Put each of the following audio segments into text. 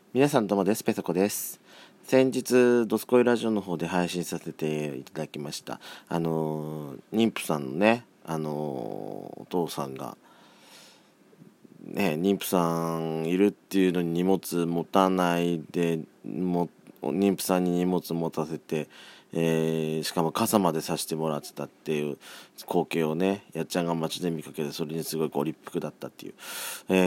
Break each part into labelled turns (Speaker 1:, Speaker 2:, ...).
Speaker 1: 皆さんどうもです。ペソコです。先日ドスコイラジオの方で配信させていただきました妊婦さんのねお父さんがね、妊婦さんいるっていうのに荷物持たないで妊婦さんに荷物持たせて、しかも傘までさしてもらってたっていう光景をね、やっちゃんが街で見かけて、それにすごいご立腹だったっていう、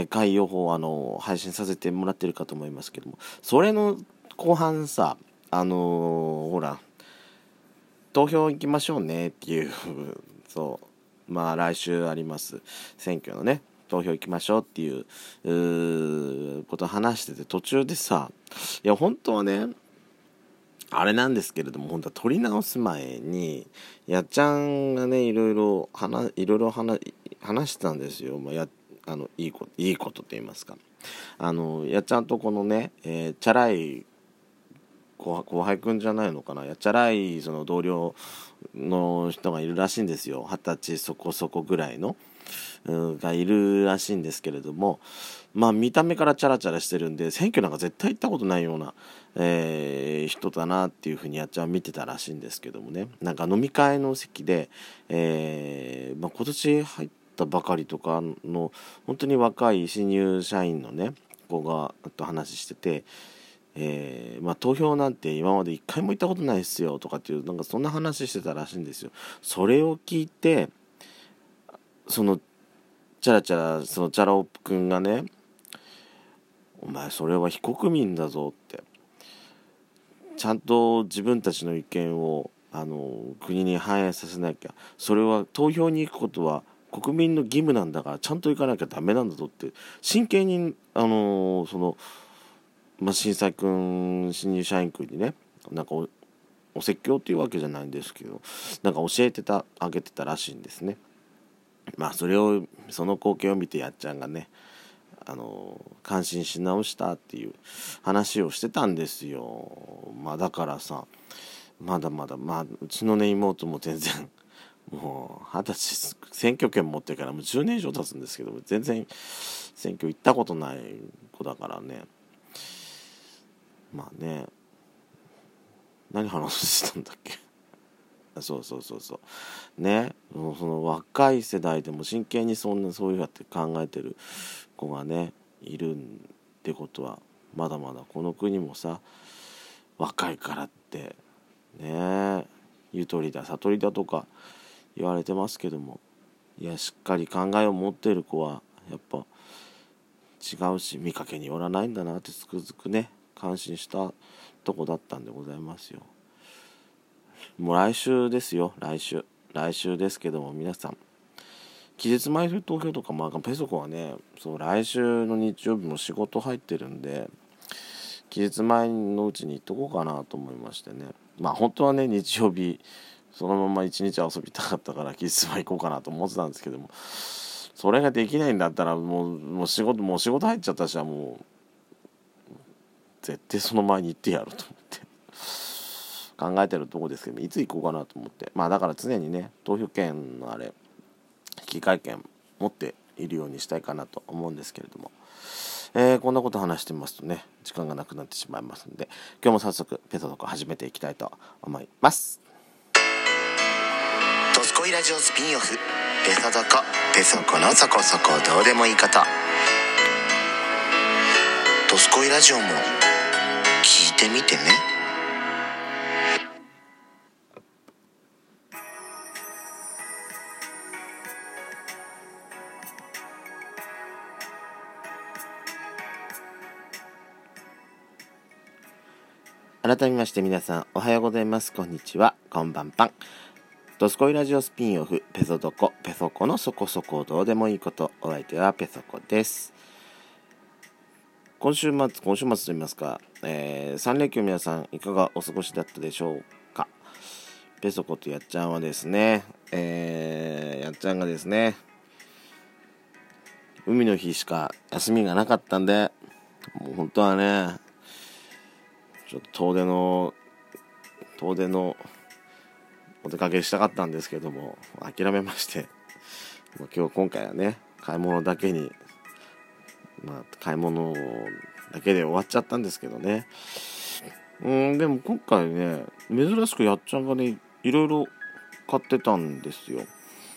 Speaker 1: 回予報を配信させてもらってるかと思いますけども、それの後半さ、ほら投票行きましょうねっていうそう来週あります選挙のね、投票行きましょうっていうことを話してて、途中でさ、いや本当はねあれなんですけれども、本当は撮り直す前にやっちゃんがねいろいろ話してたんですよ。いいことと言いますか、やっちゃんとこのね、チャラい後輩くんじゃないのかな、やっちゃらいその同僚の人がいるらしいんですよ。20歳そこそこぐらいのがいるらしいんですけれども、見た目からチャラチャラしてるんで、選挙なんか絶対行ったことないような、人だなっていうふうにやっちゃん見てたらしいんですけどもね、なんか飲み会の席で、今年入ったばかりとかの本当に若い新入社員のね子が話してて、投票なんて今まで一回も行ったことないですよとかっていう、なんかそんな話してたらしいんですよ。それを聞いて、そのチャラチャラそのチャラ男くんがね、お前それは非国民だぞって、ちゃんと自分たちの意見を国に反映させなきゃ、それは投票に行くことは国民の義務なんだから、ちゃんと行かなきゃダメなんだぞって真剣に新入社員くんにね、なんかお説教っていうわけじゃないんですけど、なんか教えてあげてたらしいんですね。その光景を見てやっちゃんがね、感心し直したっていう話をしてたんですよ。だからさ、まだまだうちのね妹も全然もう20歳選挙権持ってからもう10年以上経つんですけど、全然選挙行ったことない子だからね。何話してたんだっけそうね、もうその若い世代でも真剣にそういうやって考えてる子がねいるってことは、まだまだこの国もさ、若いからってねゆとりだ悟りだとか言われてますけども、いやしっかり考えを持っている子はやっぱ違うし、見かけによらないんだなってつくづくね感心したとこだったんでございますよ。もう来週ですよ。来週ですけども、皆さん期日前投票とかペソコはね、来週の日曜日も仕事入ってるんで、期日前のうちに行っとこうかなと思いましてね。本当はね日曜日そのまま一日遊びたかったから期日前行こうかなと思ってたんですけども、それができないんだったらもう仕事入っちゃったし、もう絶対その前に行ってやると思って考えてるとこですけど、いつ行こうかなと思って、だから常にね投票権の引換券持っているようにしたいかなと思うんですけれども、こんなこと話してますとね時間がなくなってしまいますので、今日も早速ペソドコ始めていきたいと思います。
Speaker 2: ドスコイラジオスピンオフ、ペソドコのそこそこどうでもいいこと。ドスコイラジオも聞いてみてね。
Speaker 1: 改めまして皆さんおはようございます、こんにちは、こんばんぱん。ドスコイラジオスピンオフ、ペソドコのそこそこどうでもいいこと。お相手はペソコです。今週末といいますか、3連休皆さんいかがお過ごしだったでしょうか。ペソコとやっちゃんはですね、やっちゃんがですね、海の日しか休みがなかったんで、もう本当はねちょっと遠出のお出かけしたかったんですけども、諦めまして、今回はね買い物だけに、買い物だけで終わっちゃったんですけどね。でも今回ね、珍しくやっちゃんがね、いろいろ買ってたんですよ。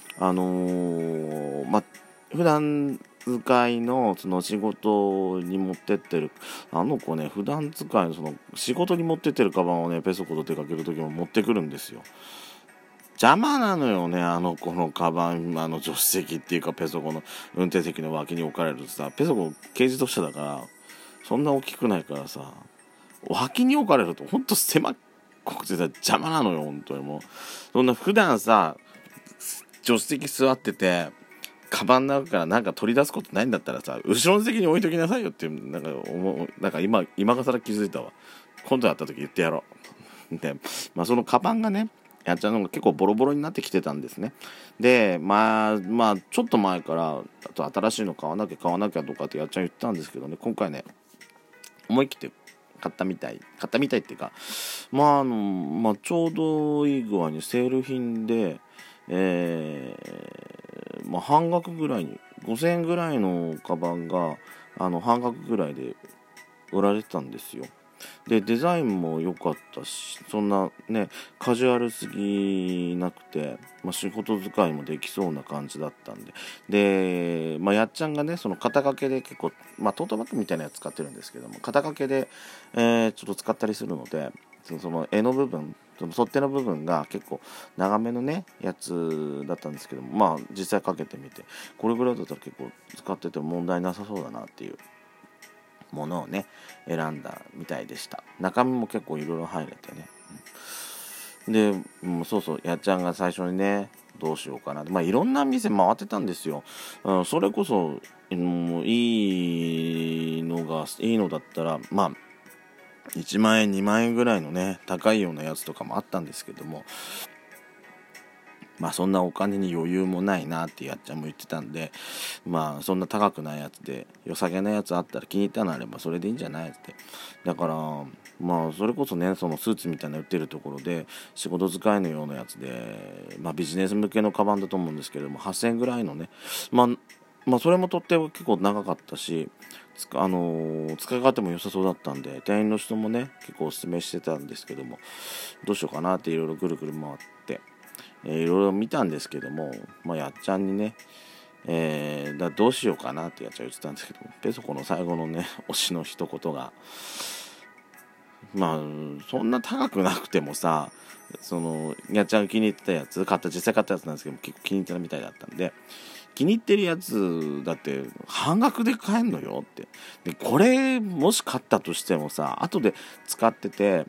Speaker 1: 普段使いのその仕事に持ってってる子ね、普段使いのその仕事に持ってってるカバンをね、ペソコと出かける時も持ってくるんですよ。邪魔なのよね、このカバン、助手席っていうかペソコの運転席の脇に置かれるとさ、ペソコ軽自動車だからそんな大きくないからさ、脇に置かれるとほんと狭くてさ、邪魔なのよ本当に。もうそんな普段さ、助手席座っててカバンの中からなんか取り出すことないんだったらさ、後ろの席に置いときなさいよってなんか今更気づいたわ。今度会った時言ってやろうで、そのカバンがね、やっちゃうのが結構ボロボロになってきてたんですね。でちょっと前からあと新しいの買わなきゃとかってやっちゃん言ったんですけどね、今回ね思い切って買ったみたいっていうか、ちょうどいい具合にセール品で半額ぐらいに5000円ぐらいのカバンが半額ぐらいで売られてたんですよ。でデザインも良かったし、そんなねカジュアルすぎなくて、仕事使いもできそうな感じだったんで、やっちゃんがねその肩掛けで結構トートバッグみたいなやつ使ってるんですけども、肩掛けで、ちょっと使ったりするので、その柄の部分、その取っ手の部分が結構長めのねやつだったんですけども、実際かけてみてこれぐらいだったら結構使ってても問題なさそうだなっていうものをね選んだみたいでした。中身も結構いろいろ入れてね、で、やっちゃんが最初にねどうしようかなって、いろんな店回ってたんですよ。それこそもういいのだったら1万円2万円ぐらいのね高いようなやつとかもあったんですけども、そんなお金に余裕もないなってやっちゃんも言ってたんで、そんな高くないやつで良さげなやつあったら気に入ったのあればそれでいいんじゃないって。だからそれこそねそのスーツみたいな売ってるところで仕事使いのようなやつで、ビジネス向けのカバンだと思うんですけれども8000円ぐらいのね、それもとっても結構長かったし、使い勝手も良さそうだったんで、店員の人もね結構おすすめしてたんですけども、どうしようかなっていろいろぐるぐる回っていろいろ見たんですけども、やっちゃんにね、どうしようかなってやっちゃん言ってたんですけど、ペソコの最後のね推しの一言が、そんな高くなくてもさ、やっちゃんが気に入ってたやつ実際買ったやつなんですけど結構気に入ってたみたいだったんで、気に入ってるやつだって半額で買えんのよって。でこれもし買ったとしてもさ、後で使ってて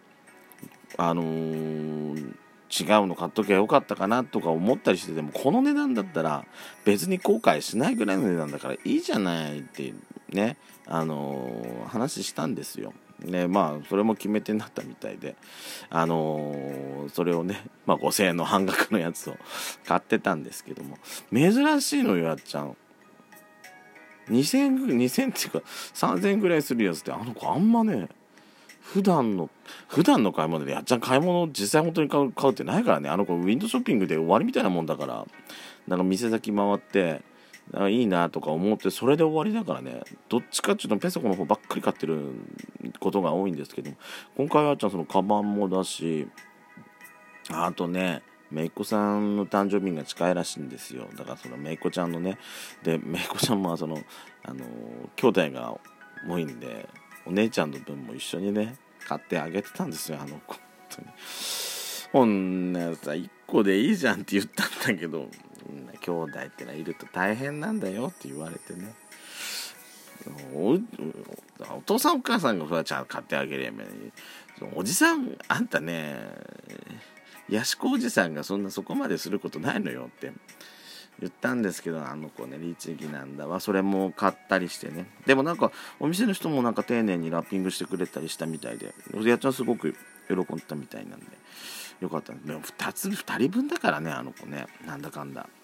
Speaker 1: 違うの買っときゃよかったかなとか思ったりしてても、この値段だったら別に後悔しないぐらいの値段だからいいじゃないってね、話したんですよ。ね、それも決め手になったみたいで、それをね、5000円の半額のやつを買ってたんですけども、珍しいのよやっちゃん。2000っていうか3000円ぐらいするやつって子あんまね、普段の買い物でやっちゃん買い物実際本当に買うってないからね。子ウィンドウショッピングで終わりみたいなもんだから、なんか店先回っていいなとか思ってそれで終わりだからね。どっちかっていうとペソコの方ばっかり買ってることが多いんですけども、今回はやっちゃんそのカバンもだし、あとねめいっ子さんの誕生日が近いらしいんですよ。だからそのめいっ子ちゃんのね、でめいっ子ちゃんも兄弟が多いんで、お姉ちゃんの分も一緒にね買ってあげてたんですよ。本当にほんなさ1個でいいじゃんって言ったんだけど、兄弟ってのはいると大変なんだよって言われてね、お父さんお母さんがそれはちゃんと買ってあげればいい。おじさんあんたね、やしこおじさんがそこまですることないのよって言ったんですけど、子ね律儀なんだわ。それも買ったりしてね。でもなんかお店の人もなんか丁寧にラッピングしてくれたりしたみたいで、やっちゃんすごく喜んでたみたいなんでよかった。でも2人分だからね、子ねなんだかんだ、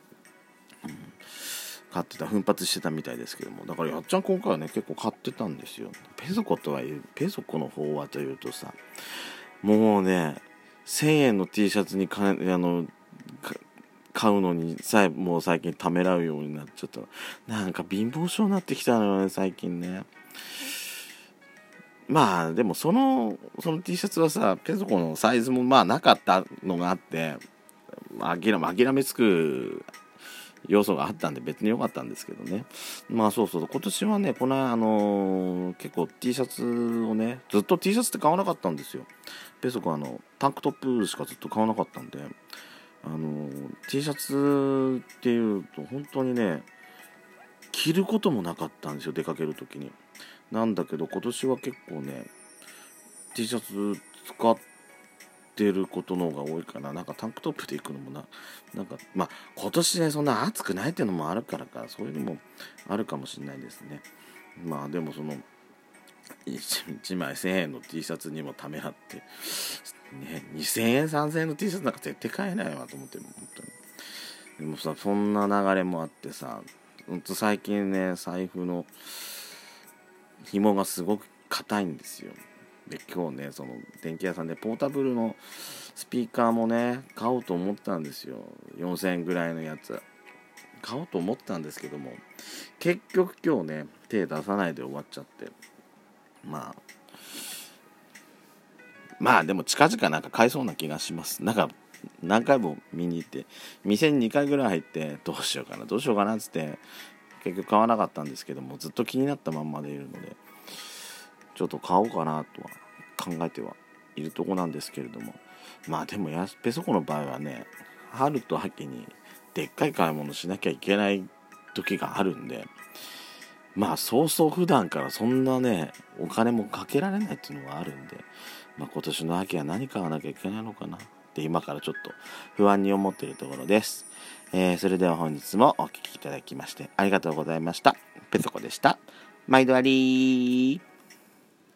Speaker 1: 買ってた、奮発してたみたいですけども、だからやっちゃん今回はね結構買ってたんですよ。ペソコの方はというとさ、もうね1000円の T シャツに買うのにもう最近ためらうようになっちゃった。なんか貧乏症になってきたのよね最近ね。 まあでもその T シャツはさ、ペソコのサイズもまあなかったのがあって、諦めつく要素があったんで別に良かったんですけどね。まあそう今年はね、この結構 T シャツをね、ずっと T シャツって買わなかったんですよ。ペソコタンクトップしかずっと買わなかったんで、T シャツっていうと本当にね、着ることもなかったんですよ、出かけるときに。なんだけど今年は結構ね T シャツ使ってることの方が多いかな。なんかタンクトップで行くのもなんかまあ今年ねそんな暑くないっていうのもあるからか、そういうのもあるかもしれないですね。まあでもその 1枚1000円の T シャツにもためらってね、2000円3000円の T シャツなんか絶対買えないわと思ってる、本当に。でもさ、そんな流れもあってさ、最近ね財布の紐がすごく硬いんですよ。で今日ねその電気屋さんでポータブルのスピーカーもね買おうと思ったんですよ。4000円ぐらいのやつ買おうと思ったんですけども、結局今日ね手出さないで終わっちゃって、まあでも近々なんか買えそうな気がします。なんか何回も見に行って店に2回ぐらい入ってどうしようかなっつって結局買わなかったんですけども、ずっと気になったまんまでいるのでちょっと買おうかなとは考えてはいるとこなんですけれども、まあでもペソコの場合はね、春と秋にでっかい買い物しなきゃいけない時があるんで、まあそうそう普段からそんなねお金もかけられないっていうのがあるんで、まあ、今年の秋は何買わなきゃいけないのかなって今からちょっと不安に思っているところです。それでは本日もお聞きいただきましてありがとうございました。ペソコでした。毎度ありー。